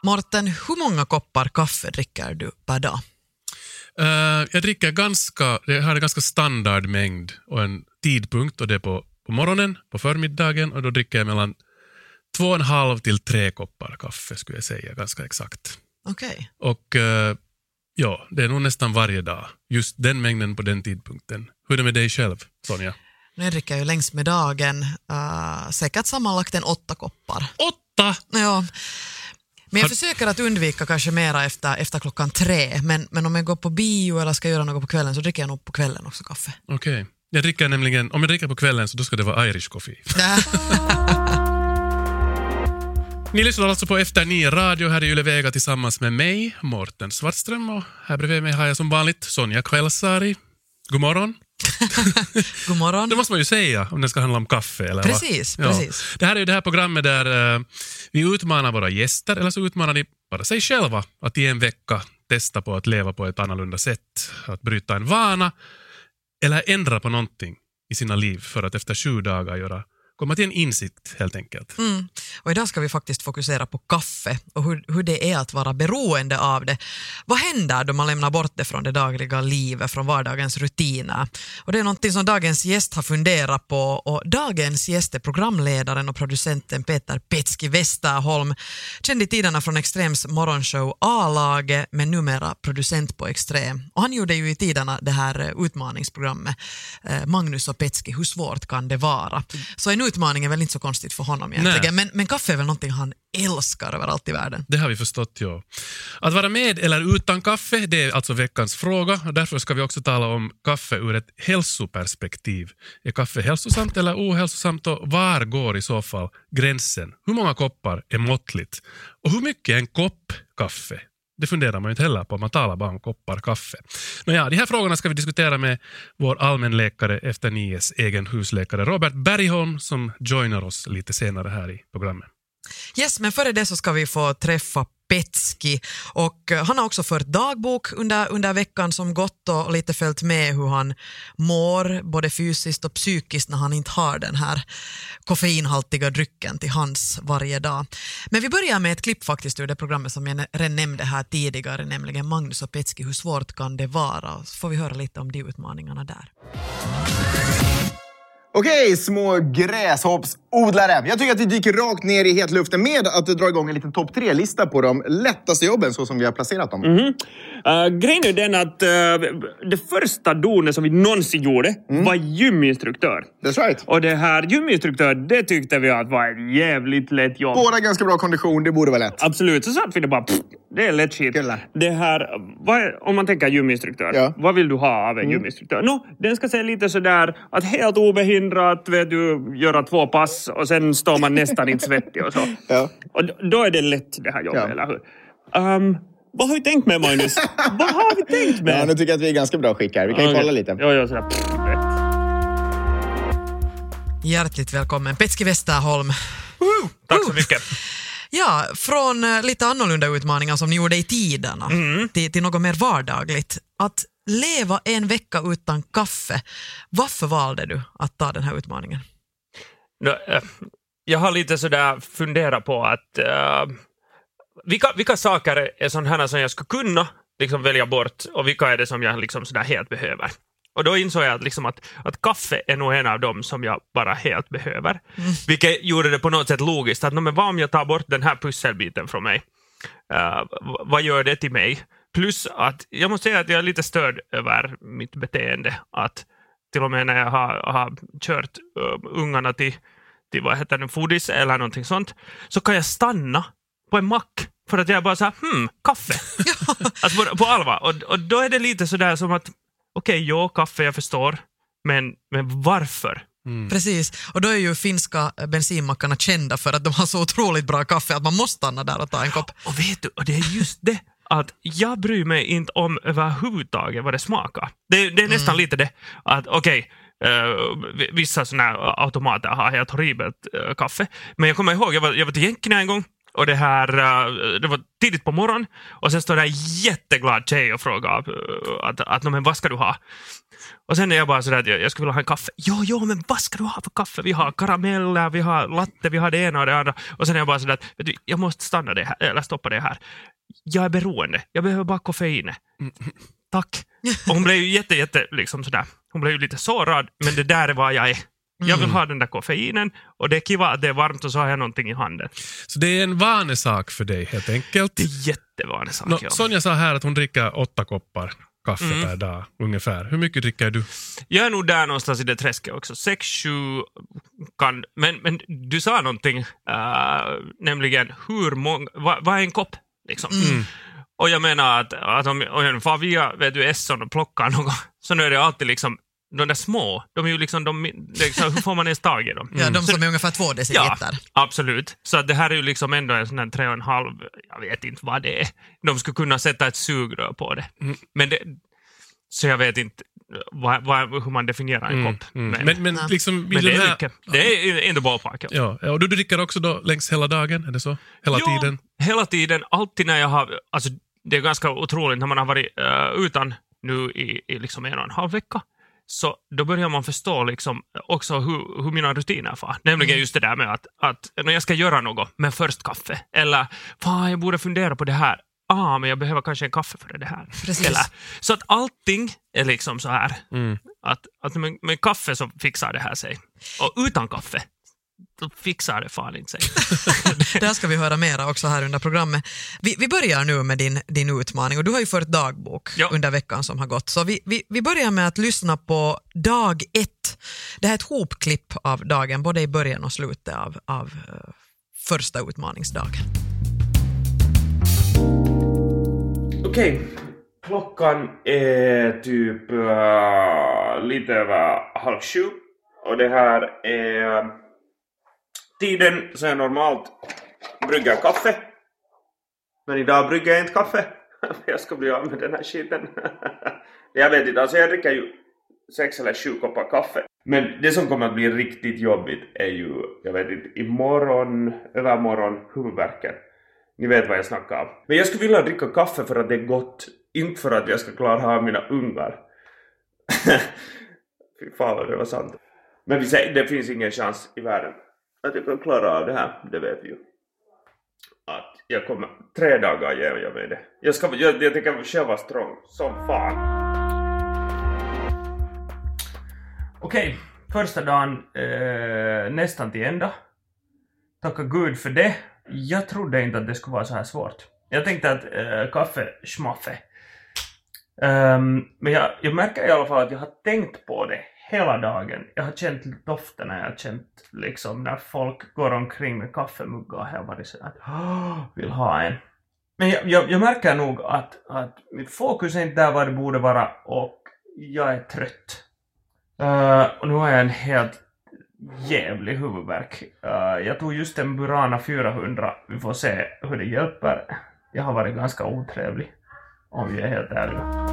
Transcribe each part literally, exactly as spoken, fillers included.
Morten, hur många koppar kaffe dricker du per dag? Uh, jag dricker ganska, jag har en ganska standard mängd och en tidpunkt, och det är på, på morgonen, på förmiddagen, och då dricker jag mellan två och en halv till tre koppar kaffe, skulle jag säga, ganska exakt. Okej. Okay. Och uh, ja, det är nog nästan varje dag, just den mängden på den tidpunkten. Hur är det med dig själv, Sonja? Nu dricker jag ju längs med dagen, uh, säkert sammanlagt en åtta koppar. Åtta? Ja. Men jag försöker att undvika kanske mera efter, efter klockan tre. Men, men om jag går på bio eller ska göra något på kvällen så dricker jag nog på kvällen också kaffe. Okej. Okay. Jag dricker nämligen, om jag dricker på kvällen så då ska det vara Irish coffee. Ni lyssnar alltså på Efter nio radio här i Yle Vega tillsammans med mig, Morten Svartström. Och här bredvid mig har jag som vanligt Sonja Kvällsari. God morgon. God morgon. Det måste man ju säga om det ska handla om kaffe. Eller precis, ja. precis. Det här är ju det här programmet där uh, vi utmanar våra gäster, eller så utmanar de bara sig själva att i en vecka testa på att leva på ett annorlunda sätt. Att bryta en vana eller ändra på någonting i sina liv för att efter sju dagar göra komma till en insikt helt enkelt. Mm. Och idag ska vi faktiskt fokusera på kaffe och hur, hur det är att vara beroende av det. Vad händer då man lämnar bort det från det dagliga livet, från vardagens rutiner? Och det är någonting som dagens gäst har funderat på, och dagens gäst är programledaren och producenten Peter Petski Westerholm, känd i tiderna från Extrems morgonshow A-laget, men numera producent på Extrem. Och han gjorde ju i tiderna det här utmaningsprogrammet Magnus och Petski, hur svårt kan det vara? Så en utmaning är väl inte så konstigt för honom egentligen. Men, men kaffe är väl någonting han älskar överallt i världen. Det har vi förstått, ja. Att vara med eller utan kaffe, det är alltså veckans fråga. Och därför ska vi också tala om kaffe ur ett hälsoperspektiv. Är kaffe hälsosamt eller ohälsosamt, och var går i så fall gränsen? Hur många koppar är måttligt? Och hur mycket är en kopp kaffe? Det funderar man ju inte heller på, man talar bara om koppar kaffe. Nåja, de här frågorna ska vi diskutera med vår allmänläkare efter nies egen husläkare Robert Bergholm, som joinar oss lite senare här i programmet. Yes, men före det så ska vi få träffa Petski, och han har också fört dagbok under, under veckan som gått och lite följt med hur han mår både fysiskt och psykiskt när han inte har den här koffeinhaltiga drycken till hands varje dag. Men vi börjar med ett klipp faktiskt ur det programmet som jag redan nämnde här tidigare, nämligen Magnus och Petski, hur svårt kan det vara? Så får vi höra lite om de utmaningarna där. Okej, små gräshoppsodlare. Jag tycker att vi dyker rakt ner i hetluften med att dra igång en liten topp tre-lista på de lättaste jobben så som vi har placerat dem. Mm-hmm. Uh, grejen är den att uh, det första donet som vi någonsin gjorde mm. var gyminstruktör. That's right. Och det här gyminstruktör, det tyckte vi att var ett jävligt lätt jobb. Båda ganska bra kondition, det borde vara lätt. Absolut, så satt vi det bara, pff, det är lätt shit. Killa. Det här, vad, om man tänker gyminstruktör, ja. Vad vill du ha av en mm. gyminstruktör? No, den ska säga lite sådär att helt obehindrat, vet du, göra två pass och sen står man nästan inte svettig och så. Ja. Och då är det lätt det här jobbet, ja. Eller hur? Um, vad har vi tänkt med, Magnus? Vad har vi tänkt med? Ja, nu tycker jag att vi är ganska bra skick här. Vi kan ju okay. kolla lite. Ja, ja, sådär. Pff, hjärtligt välkommen, Petski Westerholm. Uh, tack så mycket. Ja, från lite annorlunda utmaningar som ni gjorde i tiderna mm. till, till något mer vardagligt. Att leva en vecka utan kaffe. Varför valde du att ta den här utmaningen? No, äh, jag har lite sådär funderat på att äh, vilka, vilka saker är sådana här som jag ska kunna liksom välja bort och vilka är det som jag liksom sådär helt behöver. Och då insåg jag att, liksom att, att kaffe är nog en av dem som jag bara helt behöver. Mm. Vilket gjorde det på något sätt logiskt. Att men vad om jag tar bort den här pusselbiten från mig? Uh, vad gör det till mig? Plus att jag måste säga att jag är lite störd över mitt beteende. Att till och med när jag har, har kört uh, ungarna till, till vad heter det, foodis eller någonting sånt. Så kan jag stanna på en mack. För att jag bara så här, hmm, kaffe. Alltså på, på allvar. Och, och då är det lite sådär som att okej, okay, ja, kaffe jag förstår, men, men varför? Mm. Precis, och då är ju finska bensinmackarna kända för att de har så otroligt bra kaffe att man måste stanna där och ta en kopp. Och vet du, och det är just det, att jag bryr mig inte om överhuvudtaget vad det smakar. Det, det är nästan mm. lite det, att okej, okay, uh, vissa sådana här automater har helt horribelt uh, kaffe. Men jag kommer ihåg, jag var, jag var till Jänkerna en gång, Och det här, det var tidigt på morgon. Och sen står det en jätteglad tjej och frågar att, att men vad ska du ha? Och sen är jag bara sådär att jag, jag skulle vilja ha en kaffe. Jo, jo, men vad ska du ha för kaffe? Vi har karameller, vi har latte, vi har det ena och det andra. Och sen är jag bara sådär att vet du, jag måste stanna det här, eller stoppa det här. Jag är beroende. Jag behöver bara koffein. Mm. Tack. Och hon blev ju jätte, jätte liksom sådär. Hon blev ju lite sårad, men det där är vad jag är. Jag vill ha den där koffeinen och det är kiva att det är varmt och så har jag någonting i handen. Så det är en vanesak för dig helt enkelt? Det är jättevanesak, no, ja. Sonja sa här att hon dricker åtta koppar kaffe mm. per dag ungefär. Hur mycket dricker du? Jag är nog där någonstans i det träsket också. Sex, sju kan... Men, men du sa någonting, uh, nämligen hur många... Vad va är en kopp? Liksom. Mm. Och jag menar att, att om, om jag får via vet du, Esson och plockar något, så nu är det alltid liksom de där små, de är ju liksom, de, liksom hur får man ens tag i dem? Ja, de som så, är ungefär två deciliter. Ja, absolut. Så det här är ju liksom ändå en sån här tre och en halv, jag vet inte vad det är. De skulle kunna sätta ett sugrör på det. Mm. Men det, så jag vet inte vad, vad, hur man definierar en kopp. Mm. Mm. Men, men, ja. liksom, men det, är här, mycket, det är in the ballpark. Ja. Ja, och du dricker också då längs hela dagen, är det så? Hela jo, tiden? Hela tiden, alltid när jag har, alltså det är ganska otroligt när man har varit uh, utan nu i, i liksom en och en halv vecka. Så då börjar man förstå liksom också hur, hur mina rutiner var. Nämligen mm. just det där med att, att när jag ska göra något med först kaffe. Eller, fan jag borde fundera på det här. Ah, men jag behöver kanske en kaffe för det här. Precis. Eller, så att allting är liksom så här. Mm. Att, att med, med kaffe så fixar det här sig. Och utan kaffe då fixar det fan inte sig. Det här ska vi höra mera också här under programmet. Vi, vi börjar nu med din, din utmaning och du har ju fört dagbok ja. under veckan som har gått. Så vi, vi, vi börjar med att lyssna på dag ett. Det här är ett hopklipp av dagen, både i början och slutet av, av uh, första utmaningsdagen. Okej, okay. Klockan är typ uh, lite över halv sju och det här är tiden så jag normalt brygger kaffe. Men idag brygger jag inte kaffe. Jag ska bli av med den här skiten. Jag vet inte, alltså jag dricker ju sex eller sju koppar kaffe. Men det som kommer att bli riktigt jobbigt är ju, jag vet inte, imorgon, övermorgon, huvudvärken. Ni vet vad jag snackar om. Men jag skulle vilja dricka kaffe för att det är gott. Inte för att jag ska klara av mina ungar. Fy fan vad det var sant. Men vi säger, det finns ingen chans i världen att jag kan klara av det här, det vet vi ju. Att jag kommer, tre dagar ger jag mig det. Jag, ska, jag, jag tänker själv vara strong, som fan. Okej, okay. Första dagen eh, nästan till ända. Tacka Gud för det. Jag trodde inte att det skulle vara så här svårt. Jag tänkte att eh, kaffe, schmaffe. Um, men jag, jag märker i alla fall att jag har tänkt på det hela dagen. Jag har känt dofterna, jag har känt liksom när folk går omkring med kaffemuggar och jag har varit så att oh, vill ha en. Men jag, jag, jag märker nog att, att mitt fokus är inte där vad det borde vara och jag är trött. Uh, och nu har jag en helt jävlig huvudvärk. Uh, jag tog just en Burana fyrahundra. Vi får se hur det hjälper. Jag har varit ganska otrevlig om vi är helt ärliga.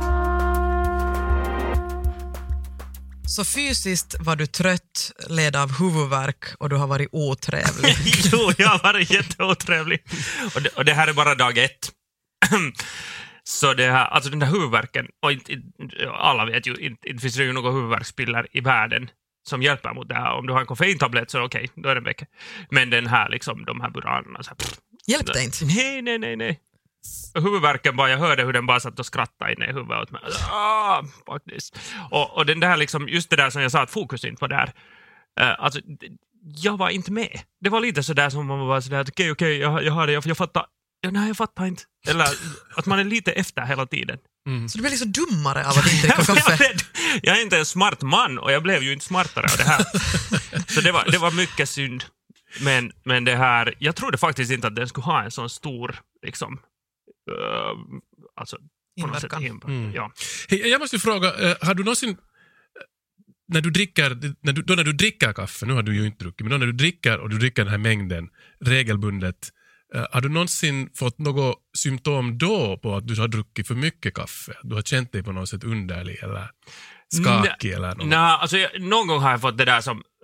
Så fysiskt var du trött, led av huvudvärk och du har varit otrevlig. Jo, jag har varit jätteotrevlig. Och det, och det här är bara dag ett. Så det här, alltså den där huvudvärken, och inte, alla vet ju, inte, inte finns det ju några huvudvärkspiller i världen som hjälper mot det här. Om du har en koffeintablett så okej, okay, då är det mycket. Men den här liksom, de här buranerna så här, hjälpte inte? Nej, nej, nej, nej. Huvudvärken bara, jag hörde hur den bara satt och skrattade inne i huvudet åt mig. Ah, faktiskt. Och, och den där liksom, just det där som jag sa att fokus inte var där. Uh, alltså, jag var inte med. Det var lite sådär som man var sådär, okej, okay, okej, okay, jag, jag har det, jag, jag fattar. Ja, nej, jag fattar inte. Eller att man är lite efter hela tiden. Mm. Så du blir liksom dummare av att inte dricka kaffe? jag, jag är inte en smart man och jag blev ju inte smartare av det här. Så det var, det var mycket synd. Men, men det här, jag trodde faktiskt inte att den skulle ha en sån stor liksom, uh, alltså på något sätt inverkan. Mm. Ja. Hey, jag måste fråga, uh, har du någonsin när du dricker när du, då när du dricker kaffe, nu har du ju inte druckit, men då när du dricker och du dricker den här mängden regelbundet, uh, har du någonsin fått något symptom då på att du har druckit för mycket kaffe? Du har känt dig på något sätt underlig eller skakig N- eller något? Nej, alltså jag, någon gång har jag fått det där som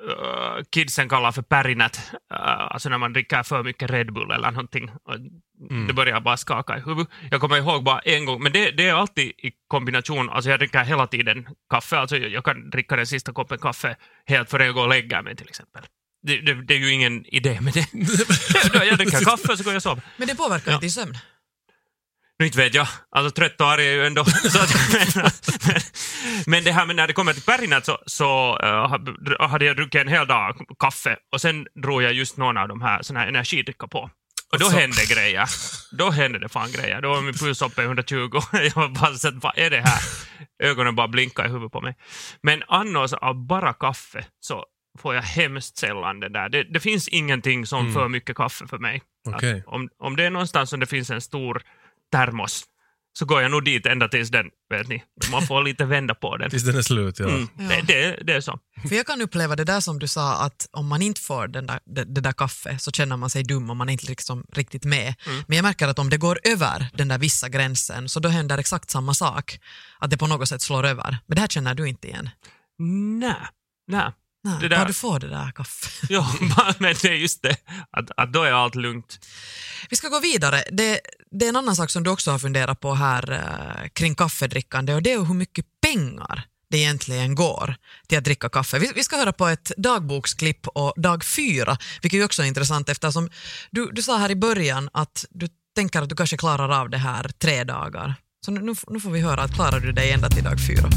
uh, kidsen kallar för pärinät. Uh, alltså när man dricker för mycket Red Bull eller någonting. Mm. Det börjar bara skaka i huvudet. Jag kommer ihåg bara en gång, men det, det är alltid i kombination. Alltså jag dricker hela tiden kaffe. Alltså jag kan dricka den sista koppen kaffe helt före jag går och lägger mig till exempel. Det, det, det är ju ingen idé med det. Jag dricker kaffe så går jag sova. Men det påverkar ja. inte i sömn? Nu inte vet jag. Alltså trött och arg är ju ändå. Så att, men, men det här med när det kommer till pärinät så, så uh, hade jag druckit en hel dag kaffe och sen drog jag just någon av de här, såna här energidricka på. Och då så. hände grejer. Då hände det fan grejer. Då var min puls uppe i hundratjugo. Jag var bara så att, vad är det här? Ögonen bara blinkade i huvudet på mig. Men annars av bara kaffe så får jag hemskt sällan det där. Det, det finns ingenting som mm. för mycket kaffe för mig. Okay. Om, om det är någonstans som det finns en stor termos så går jag nog dit ända tills den, vet ni, man får lite vända på den. Tills den är slut, ja. Mm, ja. Det, det, det är så. För jag kan uppleva det där som du sa, att om man inte får den där, det, det där kaffe så känner man sig dum och man är inte liksom riktigt med. Mm. Men jag märker att om det går över den där vissa gränsen så då händer exakt samma sak. Att det på något sätt slår över. Men det här känner du inte igen. Nej, nej. Nej, det där... bara du får det där kaffe. Ja, men det är just det. Att, att då är allt lugnt. Vi ska gå vidare. Det, det är en annan sak som du också har funderat på här eh, kring kaffedrickande och det är hur mycket pengar det egentligen går till att dricka kaffe. Vi, vi ska höra på ett dagboksklipp och dag fyra, vilket är också intressant eftersom du, du sa här i början att du tänker att du kanske klarar av det här tre dagar. Så nu, nu får vi höra att klarar du dig ända till dag fyra.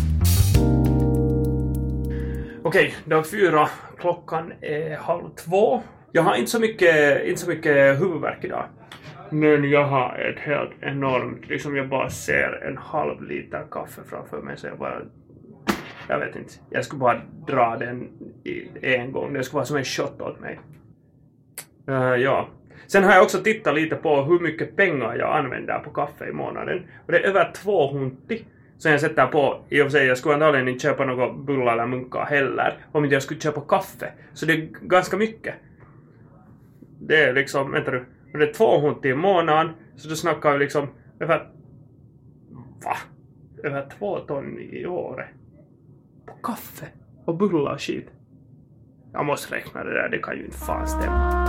Okej, dag fyra. Klockan är halv två. Jag har inte så mycket, inte så mycket huvudvärk idag. Men jag har ett helt enormt, liksom jag bara ser en halv liter kaffe framför mig så jag bara, jag vet inte. Jag skulle bara dra den i en gång. Det skulle vara som en shot åt mig. Uh, ja. Sen har jag också tittat lite på hur mycket pengar jag använder på kaffe i månaden. Och det är över tvåhundra. Så jag sätter på, i och för sig, jag skulle antagligen inte köpa några bullar eller munkar heller. Om inte jag skulle köpa kaffe. Så det är ganska mycket. Det är liksom, vänta du. Det är tvåhundra i månaden. Så då snackar vi liksom över, va? Över två ton i året. På kaffe och bullar och skit. Jag måste räkna det där, det kan ju inte fan stämma.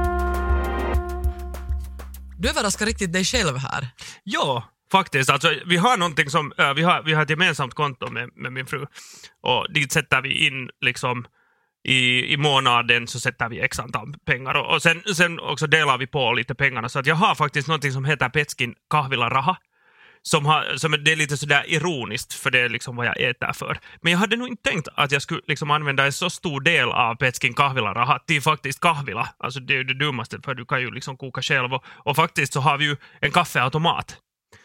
Du överraskar riktigt dig själv här. Ja. Faktiskt, alltså vi har någonting som, äh, vi, har, vi har ett gemensamt konto med, med min fru och dit sätter vi in liksom i, i månaden så sätter vi x antal pengar och, och sen, sen också delar vi på lite pengarna så att jag har faktiskt någonting som heter Petskin kahvilaraha som, har, som det är lite sådär ironiskt för det är liksom vad jag äter för. Men jag hade nog inte tänkt att jag skulle liksom använda en så stor del av Petskin kahvilaraha till faktiskt kahvila. Alltså det är ju det dummaste för du kan ju liksom koka själv och, och faktiskt så har vi ju en kaffeautomat.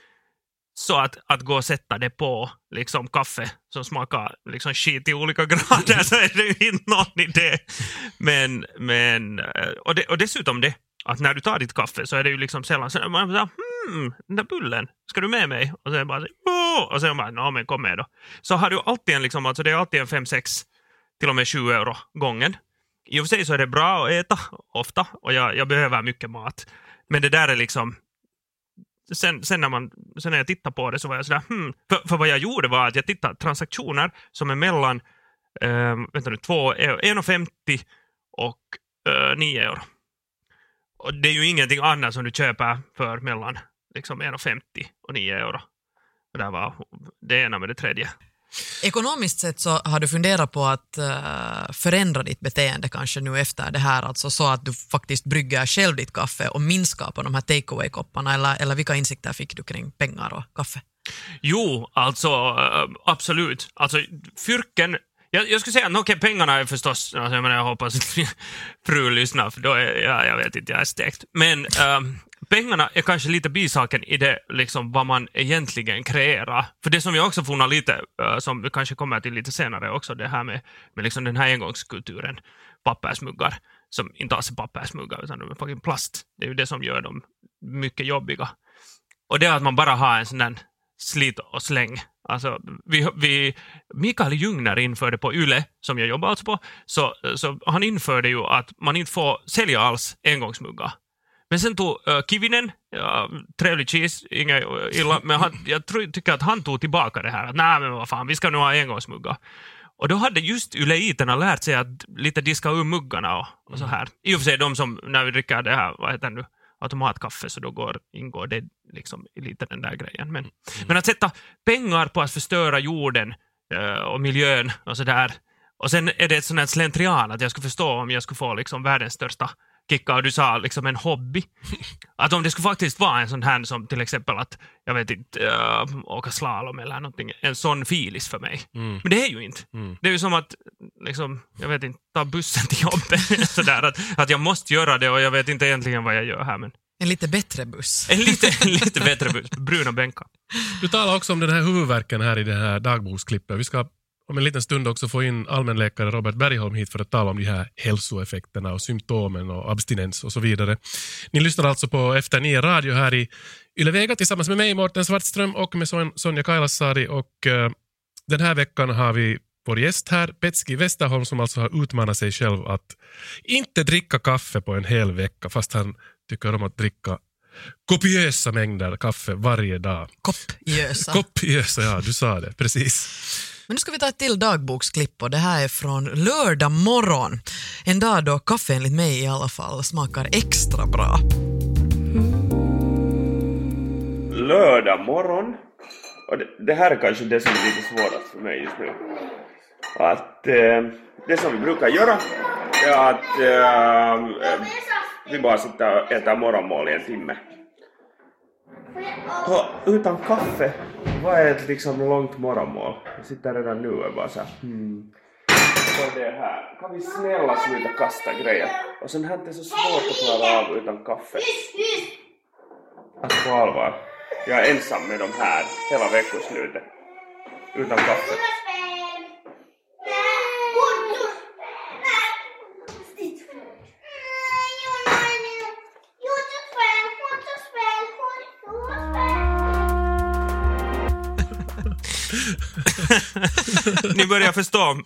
Så att, att gå och sätta det på liksom kaffe som smakar liksom skit i olika grader så är det ju inte någon idé. Men, men och, det, och dessutom det, att när du tar ditt kaffe så är det ju liksom sällan så man säger, hmm, den där bullen, ska du med mig? Och sen bara, åh! Och sen bara, ja men kom med då. Så har du alltid en liksom, alltså det är alltid en fem sex till och med sju euro gången. I och för sig så är det bra att äta ofta och jag, jag behöver mycket mat. Men det där är liksom Sen, sen, när man, sen när jag tittade på det så var jag sådär, hmm. För, för vad jag gjorde var att jag tittade transaktioner som är mellan eh, vänta nu, två, en komma femtio och eh, nio euro. Och det är ju ingenting annat som du köper för mellan liksom en komma femtio och nio euro. Och där var det ena med det tredje. Ekonomiskt sett så har du funderat på att uh, förändra ditt beteende kanske nu efter det här, alltså så att du faktiskt brygger själv ditt kaffe och minskar på de här takeaway-kopparna, eller, eller vilka insikter fick du kring pengar och kaffe? Jo, alltså uh, absolut. Alltså fyrken, jag, jag skulle säga att okej, okay, pengarna är förstås, alltså, jag menar jag hoppas att fru lyssnar för då är jag, jag vet inte, jag är stekt. Men uh, pengarna är kanske lite bisaken i det liksom vad man egentligen kreerar. För det som jag också funnar lite, uh, som vi kanske kommer till lite senare också, det här med, med liksom den här engångskulturen, pappersmuggar, som inte alls är pappersmuggar utan de är fucking plast. Det är ju det som gör dem mycket jobbiga. Och det är att man bara har en sån där slit och släng. Alltså, vi, vi, Mikael Ljungner införde på Yle, som jag jobbar alltså på, så, så han införde ju att man inte får sälja alls engångsmuggar. Men sen tog uh, Kivinen, ja, trevlig cheese, inga illa, men han, jag tror, tycker att han tog tillbaka det här. Att nej men vad fan, vi ska nu ha engångsmuggar. Och då hade just yleiterna lärt sig att lite diska ur muggarna och, och så här. I och för sig de som, när vi dricker det här, vad heter det nu, automatkaffe, så då går, ingår det liksom i lite den där grejen. Men, mm. men att sätta pengar på att förstöra jorden uh, och miljön och så där. Och sen är det ett sånt här slentrian att jag skulle förstå om jag skulle få liksom världens största kicka, och du sa liksom en hobby. Att om det skulle faktiskt vara en sån här som till exempel att, jag vet inte, uh, åka slalom eller någonting, en sån filis för mig. Mm. Men det är ju inte. Mm. Det är ju som att, liksom, jag vet inte, ta bussen till jobbet. Sådär, att, att jag måste göra det och jag vet inte egentligen vad jag gör här. Men... En lite bättre buss. En lite, en lite bättre buss. Bruna bänkar. Du talar också om den här huvudvärken här i det här dagboksklippet. Vi ska om en liten stund också få in allmänläkare Robert Bergholm hit för att tala om de här hälsoeffekterna och symptomen och abstinens och så vidare. Ni lyssnar alltså på Efter nio radio här i Yle Vega tillsammans med mig, Mårten Svartström, och med Son- Sonja Kailasari. Och uh, den här veckan har vi vår gäst här, Petski Westerholm, som alltså har utmanat sig själv att inte dricka kaffe på en hel vecka, fast han tycker om att dricka kopiösa mängder kaffe varje dag. Kopiösa. Kopiösa, ja, du sa det, precis. Men nu ska vi ta ett till dagboksklipp, och det här är från lördag morgon. En dag då kaffe enligt mig i alla fall smakar extra bra. Lördag morgon. Och det, det här är kanske det som är lite svårast för mig just nu. Att eh, det som vi brukar göra är att eh, vi bara sitter och äter morgonmål i en timme. Och utan kaffe, vad är ett liksom långt morgonmål? Jag sitter redan nu och bara så här, hmm. Och det här, kan vi snälla sluta kasta grejer? Och sen här är det så svårt att klara av utan kaffe. Alltså på allvar, jag är ensam med de här hela veckoslutet. Utan kaffe. Ni börjar förstå.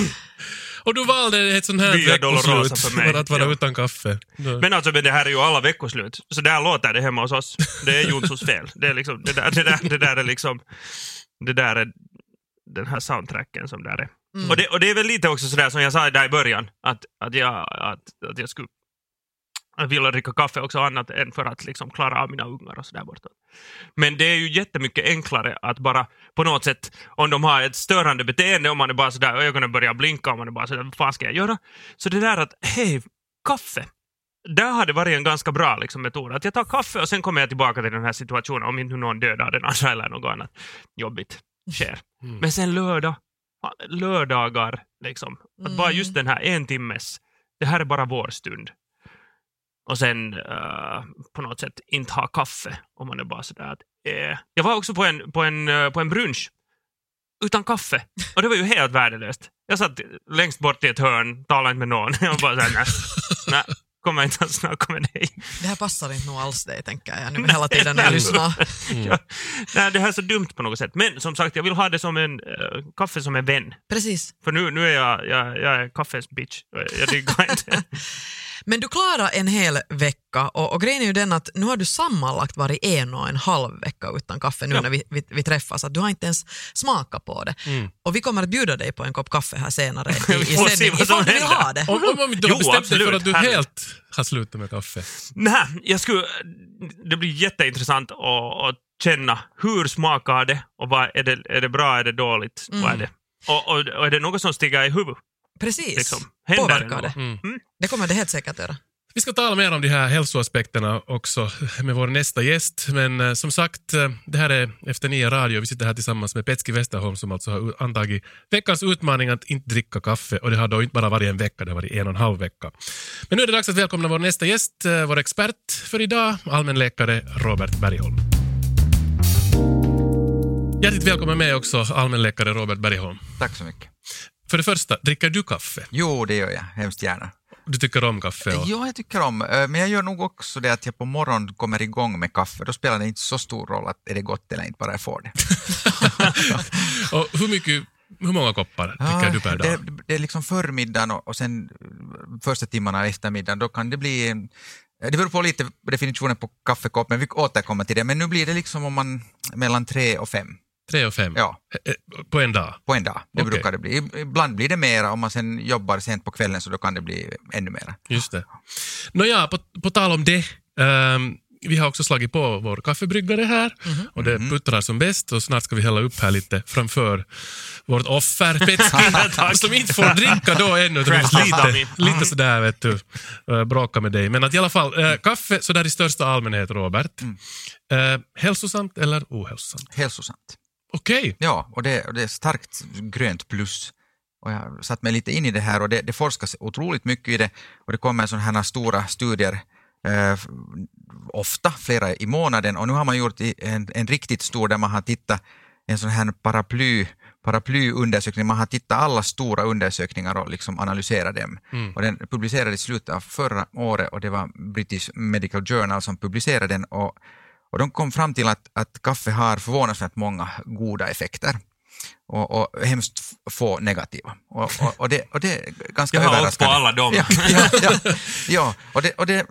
Och du valde ett sånt här veckoslut för, mig, för att vara ja. utan kaffe. No. Men alltså, men det här är ju alla veckoslut. Så där låter det hemma hos oss. Det är Jonssons fel. Det är liksom, det där, det där, det där är liksom, det där är den här soundtracken som där är. Mm. Och, det, och det är väl lite också sådär som jag sa där i början. Att, att, jag, att, att jag skulle jag vill dricka kaffe också annat än för att liksom klara av mina ungar och sådär bortåt. Men det är ju jättemycket enklare att bara på något sätt, om de har ett störande beteende, om man är bara sådär, ögonen börjar blinka, om man är bara sådär, vad fan ska jag göra? Så det där att, hej, kaffe. Där har det varit en ganska bra liksom, metod. Att jag tar kaffe och sen kommer jag tillbaka till den här situationen, om inte någon dödar den andra eller något annat jobbigt sker. Mm. Men sen lördag, lördagar liksom, att mm. bara just den här en timmes, det här är bara vår stund. Och sen uh, på något sätt inte ha kaffe. Om man är bara sådär att... Eh. Jag var också på en, på, en, uh, på en brunch. Utan kaffe. Och det var ju helt värdelöst. Jag satt längst bort i ett hörn. Talade inte med någon. Jag var bara såhär, nej. Nej, kommer inte att snacka med dig. Det här passar inte nog alls dig, tänker jag nu hela tiden när jag lyssnar. Mm. Ja, nej, det här är så dumt på något sätt. Men som sagt, jag vill ha det som en uh, kaffe som en vän. Precis. För nu, nu är jag, jag, jag är kaffes bitch. Jag diggar inte. Men du klarar en hel vecka och, och grejen är ju den att nu har du sammanlagt varit en och en halv vecka utan kaffe nu ja. när vi, vi, vi träffas. Att du har inte ens smakat på det. Mm. Och vi kommer att bjuda dig på en kopp kaffe här senare i, i sändning ifall du vill ha det. Om, om, om du har bestämt dig för att du helt har slutat med kaffe. Nej, jag skulle, det blir jätteintressant att, att känna hur smakar det och vad är det, är det bra, är det dåligt, mm. vad är det? Och, och, och är det något som stiger i huvudet? Precis, liksom, påverkar det. Mm. Mm. Det kommer det helt säkert göra. Vi ska tala mer om de här hälsoaspekterna också med vår nästa gäst. Men eh, som sagt, eh, det här är Efter nio radio. Vi sitter här tillsammans med Petski Westerholm som alltså har antagit veckans utmaning att inte dricka kaffe. Och det har då inte bara varit en vecka, det har varit en och en halv vecka. Men nu är det dags att välkomna vår nästa gäst, eh, vår expert för idag, allmänläkare Robert Bergholm. Hjärtligt välkommen med också, allmänläkare Robert Bergholm. Tack så mycket. För det första, dricker du kaffe? Jo, det gör jag. Hemskt gärna. Du tycker om kaffe? Och... Ja, jag tycker om. Men jag gör nog också det att jag på morgonen kommer igång med kaffe. Då spelar det inte så stor roll att är det gott eller inte, bara jag får det. Och hur mycket, hur många koppar dricker ja, du per dag? Det, det är liksom förmiddagen och, och sen första timmarna eftermiddagen. Då kan det bli... Det beror på lite definitionen på kaffekopp, men vi återkommer till det. Men nu blir det liksom om man mellan tre och fem. tre och fem Ja. på en dag? På en dag, det Okej. brukar det bli. Ibland blir det mera, om man sen jobbar sent på kvällen så då kan det bli ännu mera. Just det. Nåja, på, på tal om det. Um, vi har också slagit på vår kaffebryggare här mm-hmm. och det puttrar som bäst och snart ska vi hälla upp här lite framför vårt offer Petski som inte får dricka då ännu utan lite, lite sådär vet du, uh, bråka med dig. Men att i alla fall, uh, kaffe sådär i största allmänhet, Robert. Mm. Uh, hälsosamt eller ohälsosamt? Hälsosamt. Okej. Okay. Ja, och det, och det är starkt grönt plus. Och jag har satt mig lite in i det här och det, det forskas otroligt mycket i det och det kommer sådana här stora studier eh, ofta, flera i månaden och nu har man gjort en, en riktigt stor där man har tittat en sån här paraply paraplyundersökning, man har tittat alla stora undersökningar och liksom analyserat dem. Mm. Och den publicerades i slutet av förra året och det var British Medical Journal som publicerade den och, och de kom fram till att, att kaffe har förvånansvärt många goda effekter. Och, och hemskt få negativa. Och, och, och, det, och det är ganska jag överraskande. Jag har åkt på alla dem. Ja, ja, ja, ja. och det... Och det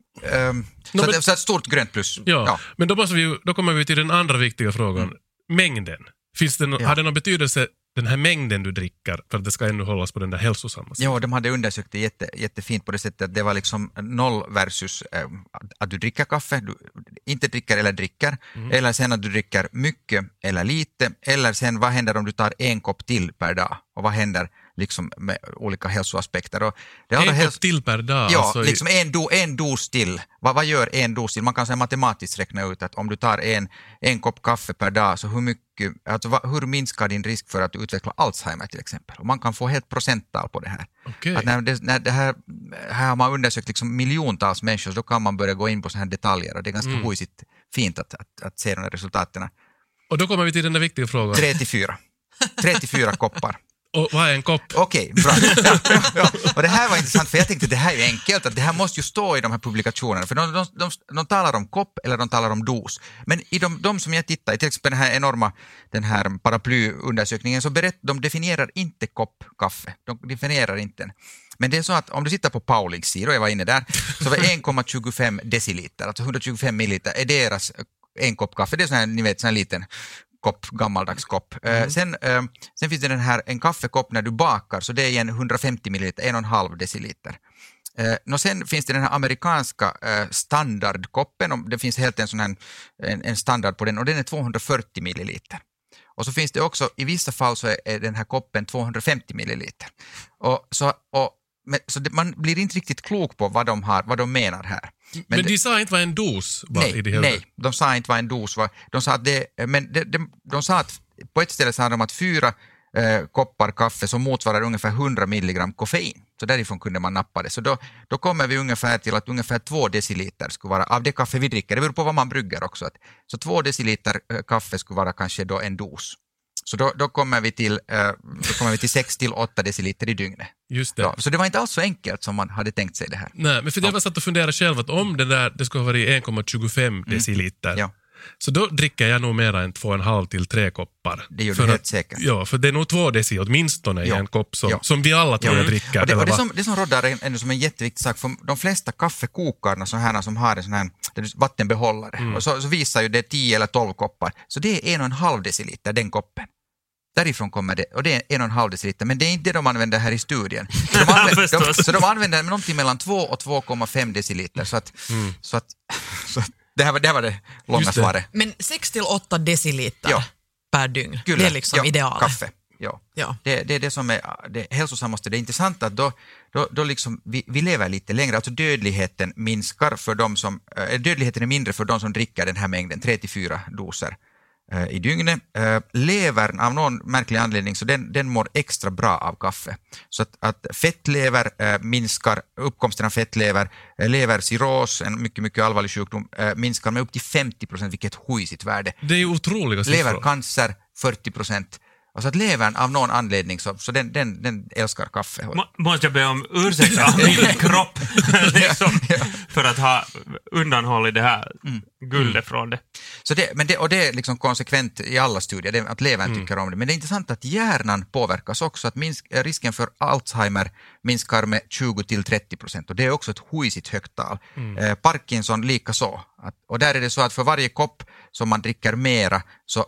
um, no, så, men, det, så ett stort grönt plus. Ja, ja. Men då, måste vi, då kommer vi till den andra viktiga frågan. Mm. Mängden. Finns det no, ja. Har det någon betydelse den här mängden du dricker för att det ska ännu hållas på den där hälsosamma sidan? Ja, de hade undersökt det jätte, jättefint på det sättet att det var liksom noll versus äh, att du dricker kaffe, du inte dricker eller dricker, mm. eller sen att du dricker mycket eller lite, eller sen vad händer om du tar en kopp till per dag och vad händer liksom med olika hälsoaspekter. Och det en kopp hälso- till per dag? Ja, alltså liksom en, do, en dos till. Vad, vad gör en dos till? Man kan säga matematiskt räkna ut att om du tar en, en kopp kaffe per dag så hur mycket, alltså vad, hur minskar din risk för att du utvecklar Alzheimer till exempel? Och man kan få helt procenttal på det här. Okay. Att när det, när det här, här har man undersökt liksom miljontals människor så då kan man börja gå in på sådana här detaljer och det är ganska mm. hujsigt fint att, att, att se de här resultaten. Och då kommer vi till den där viktiga frågan. tre till fyra. tre till fyra koppar. Och vad är en kopp? Okej, okay, bra. Ja, ja, ja. Och det här var intressant för jag tänkte att det här är ju enkelt, att det här måste ju stå i de här publikationerna för de, de, de, de talar om kopp eller de talar om dos. Men i de, de som jag tittar i, till exempel den här enorma den här paraplyundersökningen så berätt, de definierar inte kopp kaffe. De definierar inte den. Men det är så att om du tittar på Paulings sida, jag var inne där, så var en komma tjugofem deciliter, alltså hundratjugofem milliliter är deras en kopp kaffe. Det är sån här, ni vet, sån här liten kopp, gammaldags kopp. Mm. Uh, sen, uh, sen finns det den här, en kaffekopp när du bakar, så det är en hundrafemtio milliliter, en och en halv deciliter. Uh, och sen finns det den här amerikanska uh, standardkoppen, och det finns helt en sån här, en, en standard på den, och den är tvåhundrafyrtio milliliter. Och så finns det också, i vissa fall så är den här koppen tvåhundrafemtio milliliter. Och så, och, men, så det, man blir inte riktigt klok på vad de, har, vad de menar här. Men, men de sa inte vad en dos var nej, i det hela? Nej, de sa inte vad en dos var. De sa att, det, men de, de, de sa att på ett ställe sa de att fyra eh, koppar kaffe som motsvarar ungefär hundra milligram koffein. Så därifrån kunde man nappa det. Så då, då kommer vi ungefär till att ungefär två deciliter skulle vara av det kaffe vi dricker. Det beror på vad man brygger också. Att, så två deciliter eh, kaffe skulle vara kanske då en dos. Så då, då, kommer vi till, eh, då kommer vi till sex till åtta deciliter i dygnet. Just det. Ja, så det var inte alls så enkelt som man hade tänkt sig det här. Nej, men för jag var satt och funderade själv att om det där det skulle ha varit en komma tjugofem deciliter, mm. ja. så då dricker jag nog mer än två och en halv till tre koppar. Det gör för du helt att, säkert. Ja, för det är nog två deci åtminstone i ja. en kopp som, ja. som vi alla tror ja. jag dricker. Och det, och det, va? som, det som råddar är ändå som en jätteviktig sak, för de flesta kaffekokarna så här, som har en sån här vattenbehållare, mm. och så, så visar ju det tio eller tolv koppar, så det är en och en halv deciliter, den koppen. Därifrån kommer det, och det är en och en halv deciliter, men det är inte det de använder här i studien. Så de använder, de, så de använder någonting mellan två och två komma fem deciliter, så att, mm. så att, så att det, här var, det här var det långa det. svaret. Men sex till åtta deciliter ja. per dygn, Gula. det är liksom ja. idealet. Kaffe, ja. ja. Det, det är det som är det hälsosammaste. Det är intressant att då, då, då liksom, vi, vi lever lite längre, alltså dödligheten minskar för de som, äh, dödligheten är mindre för de som dricker den här mängden, tre till fyra doser i dygnet. Uh, levern av någon märklig anledning så den, den mår extra bra av kaffe. Så att, att fettlever uh, minskar, uppkomsten av fettlever, uh, levercirros, en mycket, mycket allvarlig sjukdom, uh, minskar med upp till femtio procent, vilket hujsigt värde. Det är ju otroliga siffror. Levercancer fyrtio procent. Alltså att levern av någon anledning så, så den, den, den älskar kaffe. Må, måste jag be om ursäkt av min kropp liksom, ja, ja. för att ha undanhållit det här mm. guldet mm. från det. Så det, men det. Och det är liksom konsekvent i alla studier, det, att levern mm. tycker om det. Men det är intressant att hjärnan påverkas också, att minsk, risken för Alzheimer minskar med tjugo till trettio procent. Och det är också ett hujsigt högt tal. Mm. Eh, Parkinson lika så. Att, och där är det så att för varje kopp som man dricker mera så, så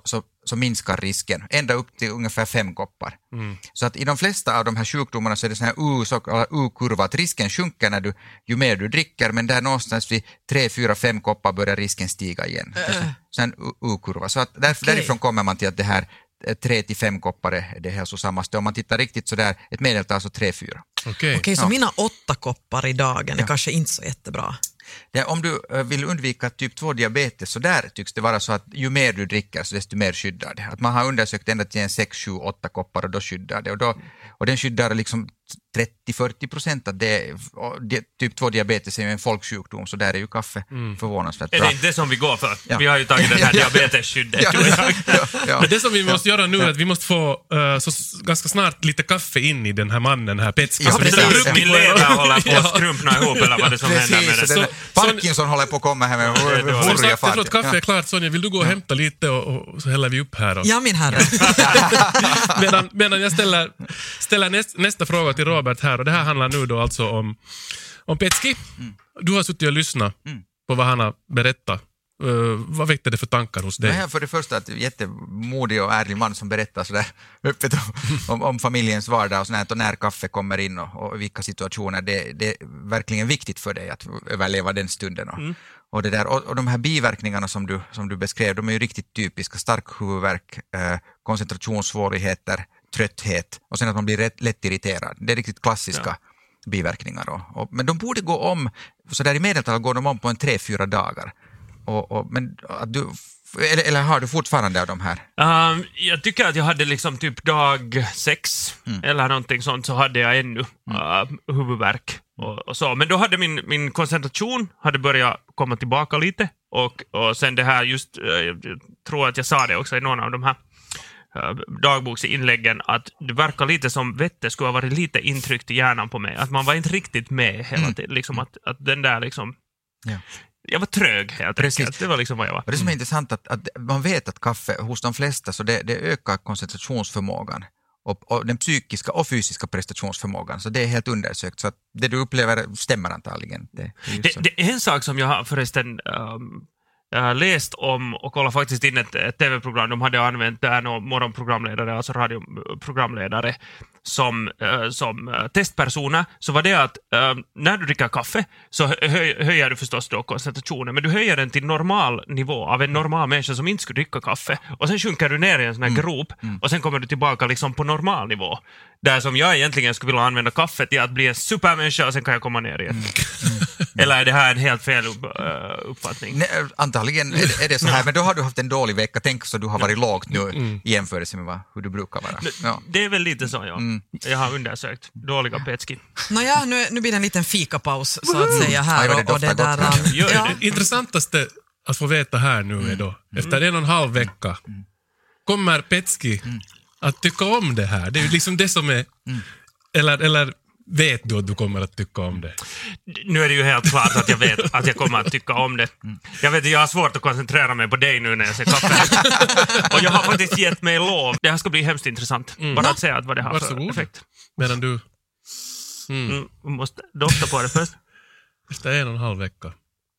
så minskar risken ända upp till ungefär fem koppar. Mm. Så att i de flesta av de här sjukdomarna så är det sån här U, så kallad U-kurva, att risken sjunker när du, ju mer du dricker, men där någonstans vid tre, fyra, fem koppar börjar risken stiga igen. Äh. Så en U-kurva. Så att där, okay. därifrån kommer man till att det här tre till fem koppar är det hälsosammaste. Om man tittar riktigt så där, ett medeltal så tre, fyra. Okej, okay. okay, så ja. mina åtta koppar i dagen är ja. kanske inte så jättebra. Ja, om du vill undvika typ två diabetes så där tycks det vara så att ju mer du dricker så desto mer skyddar det. Att man har undersökt ända till en sex, sju, åtta koppar och då skyddar det. Och, då, och den skyddar liksom trettio till fyrtio procent att det, det typ två diabetes är ju en folksjukdom så där är ju kaffe mm. förvånansvärt bra. Är det inte det som vi går för? Ja. Vi har ju tagit den här diabetesskyddet. ja, ja, ja, ja. Men det som vi måste ja. göra nu är att vi måste få uh, så ganska snart lite kaffe in i den här mannen här, Petski. Ja, precis. Ja. Min lever håller på att skrumpna ihop eller vad det som precis, händer med det. Så, Parkinson håller på att komma här med hurriga fart. Jag tror att kaffe är klart, Sonja. Vill du gå och hämta lite och, och så häller vi upp här? Och... Ja, min herre. medan, medan jag ställer, ställer näst, nästa fråga till Robert här och det här handlar nu då alltså om, om Petski. Mm. Du har suttit och lyssnat mm. på vad han har berättat. Uh, vad väckte det för tankar hos dig? Ja, för det första att jättemodig och ärlig man som berättar sådär öppet om, om, om familjens vardag och sådär, och när kaffe kommer in och, och vilka situationer det, det är verkligen viktigt för dig att överleva den stunden. Och, mm. och, det där, och, och de här biverkningarna som du, som du beskrev, de är ju riktigt typiska. Stark huvudvärk, eh, koncentrationssvårigheter, trötthet och sen att man blir rätt, lätt irriterad. Det är riktigt klassiska ja. biverkningar. Och, och, men de borde gå om, så där i medeltal går de om på en tre, fyra dagar. Och, och, men att du, eller, eller har du fortfarande av de här? Um, jag tycker att jag hade liksom typ dag sex mm. eller någonting sånt så hade jag ännu mm. uh, huvudvärk och, och så. Men då hade min, min koncentration hade börjat komma tillbaka lite och, och sen det här just, uh, jag tror att jag sa det också i någon av de här uh, dagboksinläggen att det verkar lite som vettet skulle ha varit lite intryckt i hjärnan på mig. Att man var inte riktigt med hela mm. tiden. Liksom att, att den där liksom... Ja. Jag var trög helt enkelt. Det var liksom vad jag var. Och det som är intressant att, att man vet att kaffe hos de flesta så det, det ökar koncentrationsförmågan och, och den psykiska och fysiska prestationsförmågan. Så det är helt undersökt. Så att det du upplever stämmer antagligen. Det, det, det, det är en sak som jag har förresten um, jag har läst om och kollat faktiskt in ett, ett tv-program. De hade använt där någon morgonprogramledare, alltså radioprogramledare som, äh, som äh, testpersoner. Så var det att äh, när du dricker kaffe så höj, höjer du förstås då koncentrationen. Men du höjer den till normal nivå av en normal människa som inte skulle dricka kaffe. Och sen sjunker du ner i en sån här mm. grop mm. och sen kommer du tillbaka liksom på normal nivå. Där som jag egentligen skulle vilja använda kaffet till att bli en supermänniska och sen kan jag komma ner igen. Mm. Mm. Eller är det här en helt fel upp, uh, uppfattning? Nej, antagligen är det, är det så här, men då har du haft en dålig vecka. Tänk så du har varit lågt nu mm. i jämförelse med vad, hur du brukar vara. Ja. Det är väl lite så, ja. Mm. Jag har undersökt dåliga Petski. Nåja, nu, nu blir det en liten fikapaus så att säga här. Aj, det och det där, um, ja. Det intressantaste att få veta här nu är då, efter en och en halv vecka, kommer Petski att tycka om det här? Det är ju liksom det som är... Eller... eller vet du att du kommer att tycka om det? Nu är det ju helt klart att jag vet att jag kommer att tycka om det. Jag vet att jag har svårt att koncentrera mig på dig nu när jag ser kaffe. Och jag har faktiskt gett mig lov. Det här ska bli hemskt intressant. Mm. Bara att se att vad det har Varsågod. för effekt. Medan du... Mm. Mm, måste dofta på det först. Efter en och en halv vecka.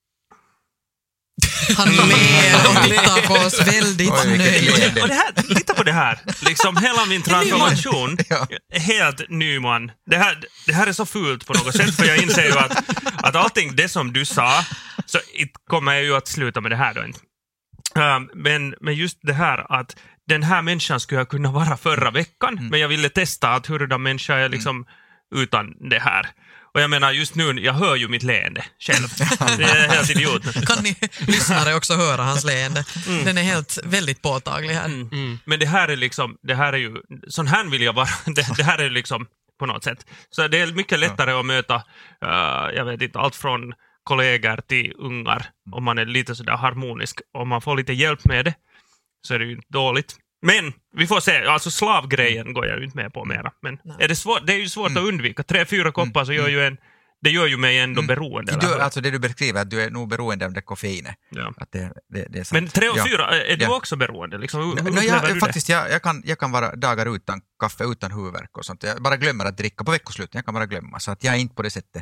Han ler och tittar på oss väldigt Oj, nöjd. Och det här, titta på det här. Liksom hela min transformation. Ja. Helt ny man. Det här, det här är så fult på något sätt. För jag inser ju att, att allting det som du sa så kommer jag ju att sluta med det här då inte. Um, men, men just det här att den här människan skulle jag kunna vara förra veckan. Mm. Men jag ville testa att hur den människa är liksom mm. utan det här. Och jag menar just nu, jag hör ju mitt leende själv. Det är helt idiot. Kan ni lyssnare också höra hans leende? Mm. Den är helt väldigt påtaglig här. Mm. Mm. Men det här är liksom, det här är ju, sån här vill jag vara. Det, det här är liksom på något sätt. Så det är mycket lättare att möta, uh, jag vet inte, allt från kollegor till ungar. Om man är lite sådär harmonisk. Om man får lite hjälp med det så är det ju inte dåligt. Men vi får se, alltså slavgrejen går jag ju inte med på mera. Men är det, svår, det är ju svårt mm. att undvika. Tre, fyra koppar så gör ju en, det gör ju mig ändå mm. beroende. Du, alltså det du beskriver, att du är nog beroende av det koffeinet. Ja. Att det, det, det är sant. Men tre och fyra, ja. är du ja. också beroende? Liksom, hur, no, hur jag, faktiskt, jag, jag, kan, jag kan vara dagar utan kaffe, utan huvudvärk och sånt. Jag bara glömmer att dricka på veckoslutet. Jag kan bara glömma. Så att jag är inte på det sättet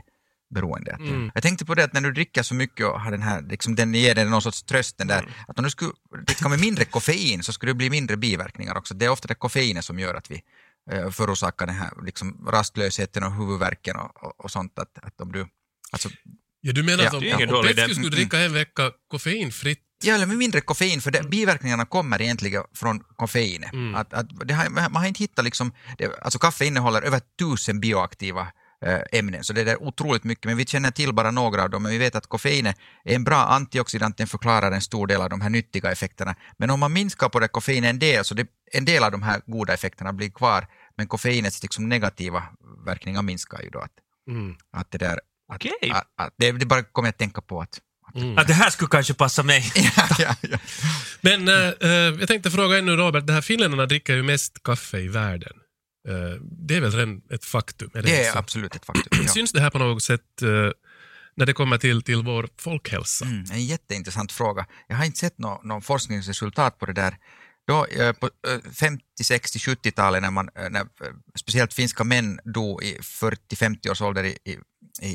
beroende. Mm. Jag tänkte på det att när du dricker så mycket och har den här, liksom, den ger dig någon sorts tröst den där, mm. att om du skulle dricka med mindre koffein så skulle det bli mindre biverkningar också. Det är ofta det koffeinet som gör att vi eh, förorsakar den här liksom, rastlösheten och huvudvärken och, och, och sånt. Att, att om du, alltså, ja, du menar ja, att om, ja. om Petski skulle dricka en vecka koffeinfritt? Ja, eller med mindre koffein, för det, biverkningarna kommer egentligen från koffeinet. Mm. Att, att det har, man har inte hittat liksom, det, alltså kaffe innehåller över tusen bioaktiva äh, ämnen, så det är där otroligt mycket, men vi känner till bara några av dem, men vi vet att koffeinet är en bra antioxidant, den förklarar en stor del av de här nyttiga effekterna, men om man minskar på det koffeinet en del, så det, en del av de här goda effekterna blir kvar, men koffeinets liksom negativa verkningar minskar ju då, att, mm. att det där, att, okay. att, att, det, det bara kommer jag att tänka på att Mm. Att det här skulle kanske passa mig. ja, ja, ja. Men äh, jag tänkte fråga ännu Robert, det här finländarna dricker ju mest kaffe i världen. Äh, det är väl redan ett faktum? Är det det är så? Absolut ett faktum. Ja. Syns det här på något sätt äh, när det kommer till, till vår folkhälsa? Mm, en jätteintressant fråga. Jag har inte sett någon, någon forskningsresultat på det där. Då, äh, på äh, femtio, sextio, sjuttio-talet när, man, äh, när äh, speciellt finska män dog i fyrtio till femtio års ålder i, i,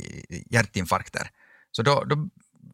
i hjärtinfarkter. Så då, då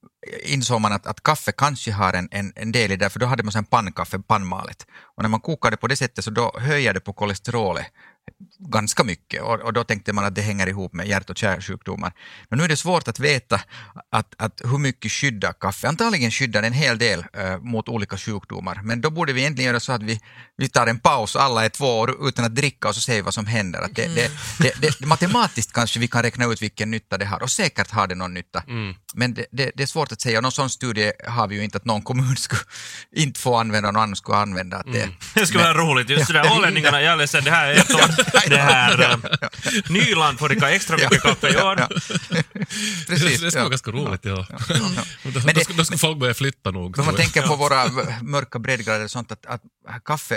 insåg man att, att kaffe kanske har en, en, en del i det, för då hade man sen pannkaffe, pannmalet. Och när man kokade på det sättet så då höjer det på kolesterolet ganska mycket. Och, och då tänkte man att det hänger ihop med hjärt- och kärlsjukdomar. Men nu är det svårt att veta att, att hur mycket skyddar kaffe. Antagligen skyddar en hel del äh, mot olika sjukdomar. Men då borde vi egentligen göra så att vi, vi tar en paus, alla är två år utan att dricka och så ser vad som händer. Att det, mm. det, det, det, matematiskt kanske vi kan räkna ut vilken nytta det har. Och säkert har det någon nytta. Mm. Men det, det, det är svårt att säga. Någon sån studie har vi ju inte, att någon kommun skulle inte få använda och någon annan skulle använda. Att det, mm. det skulle men, vara roligt. Just det där ålänningarna, jag läser det här är ett år. Det här ja, ja. Nyland får dricka extra mycket kaffe i år. Ja, ja. Precis. Det skulle vara ganska roligt, ja. ja. ja. ja. Då, men det, då ska folk börja flytta nog. Om man tänker på våra mörka breddgrader och sånt, att, att kaffe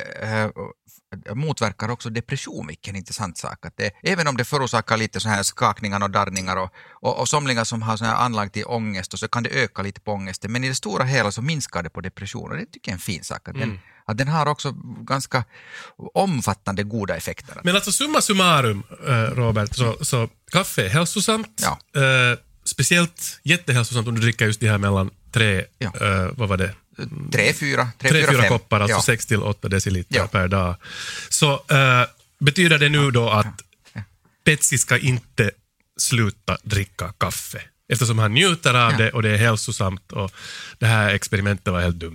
äh, motverkar också depression, vilken intressant sak. Att det, även om det förorsakar lite så här skakningar och darrningar och, och, och somliga som har så här anlag till ångest, och så kan det öka lite på ångesten. Men i det stora hela så minskar det på depression, och det tycker jag är en fin sak. Att den, mm. att den har också ganska omfattande goda effekter. Men alltså summa summarum, Robert, så, så kaffe är hälsosamt. Ja. Eh, speciellt jättehälsosamt om du dricker just det här mellan tre, ja. eh, vad var det? Tre, fyra, tre, tre, fyra, fyra fem. koppar, alltså ja. sex till åtta deciliter ja. per dag. Så eh, betyder det nu då att ja. Petski ska inte sluta dricka kaffe? Eftersom han njuter av ja. det och det är hälsosamt, och det här experimentet var helt dumt.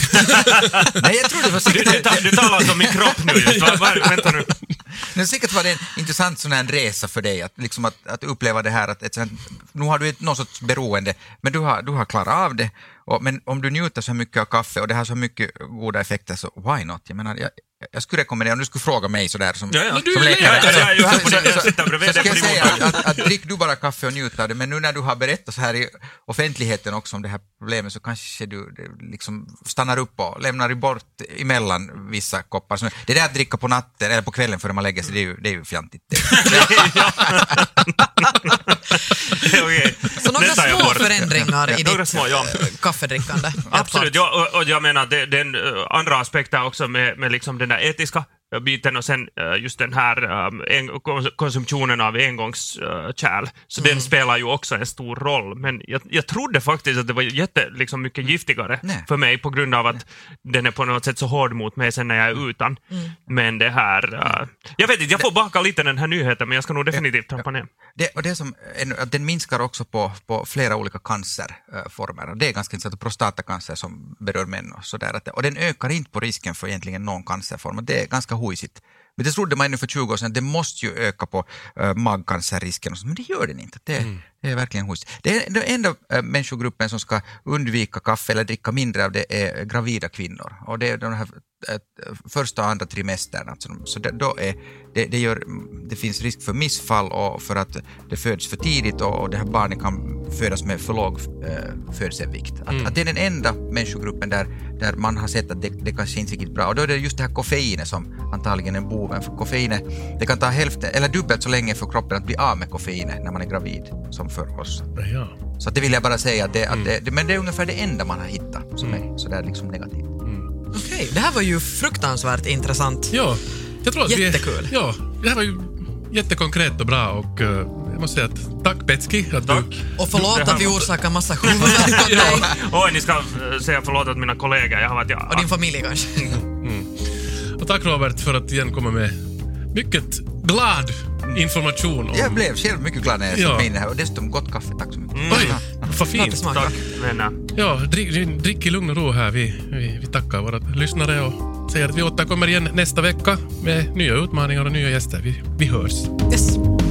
Nej, jag tror det var säkert... Du, du talar alltså om min kropp nu. Just. Var, var, vänta nu. Men säkert var det en intressant sån här resa för dig, att, liksom att, att uppleva det här. Att ett sånt, nu har du ett, någon sorts beroende, men du har, du har klarat av det. Och, men om du njuter så mycket av kaffe och det har så mycket goda effekter, så why not? Jag menar, jag, jag skulle rekommendera, om du skulle fråga mig sådär som, ja, ja. som du, läkare. Ja, ja, ja, så, så, jag så, sitter bredvid så ska på jag säga att, att, att drick du bara kaffe och njut av det, men nu när du har berättat så här i offentligheten också om det här problemet, så kanske du liksom stannar upp och lämnar bort emellan vissa koppar. Så det där att dricka på natten eller på kvällen före man lägger sig, det är ju, det är ju fjantigt. Okay. Så några små förändringar i några ditt små, ja. kaffedrickande. Absolut, ja, och, och jag menar det, den uh, andra aspekten också med, med liksom den där etiska biten, och sen uh, just den här um, en, konsumtionen av engångskärl, uh, så mm. den spelar ju också en stor roll, men jag, jag trodde faktiskt att det var jätte, liksom, mycket giftigare Nej. för mig på grund av att Nej. den är på något sätt så hård mot mig sen när jag är utan, mm. men det här uh, jag vet inte, jag får baka lite den här nyheten, men jag ska nog definitivt trappa ja. ner. Det, och det som, att den minskar också på, på flera olika cancerformer. Det är ganska intressant, prostatacancer som berör män och sådär. Och den ökar inte på risken för egentligen någon cancerform. Det är ganska huisigt. Men det trodde man ju för tjugo år sedan, det måste ju öka på uh, magcancerrisken. Men det gör den inte. Det, mm. det är verkligen huisigt. Det är den enda uh, människogruppen som ska undvika kaffe eller dricka mindre av det är gravida kvinnor. Och det är de här första och andra trimestern. Alltså, så det, då är, det, det, gör, det finns risk för missfall och för att det föds för tidigt, och, och det här barnet kan födas med för låg eh, födelsevikt. Att, mm. att det är den enda människogruppen där, där man har sett att det, det kanske inte är riktigt bra. Och då är det just det här koffeinet som antagligen är boven. För koffeinet, det kan ta hälften eller dubbelt så länge för kroppen att bli av med koffeinet när man är gravid som för oss. Ja. Så det vill jag bara säga. Att det, att det, det, men det är ungefär det enda man har hittat som mm. är sådär liksom negativt. Okej, okay, det här var ju fruktansvärt intressant. Ja, jag tror att Jättekul. Vi, ja, det här var ju jättekonkret och bra, och uh, måste säga att tack Petski. Att Tack. Du, Och förlåt att vi orsakar massa huvudvärk åt dig. Oj, ni ska äh, säga förlåt åt mina kollegor. Jag har varit, ja, Och din familj kanske. och tack Robert för att igen komma med mycket glad information om... Jag blev själv mycket glad när jag Ja. såg in här och dessutom gott kaffe, tack så mycket. Oj, vad fint. Smak. tack, vänner. Ja, drick, drick i lugn och ro här. Vi, vi, vi tackar våra lyssnare och säger att vi återkommer igen nästa vecka med nya utmaningar och nya gäster. Vi, vi hörs. Yes.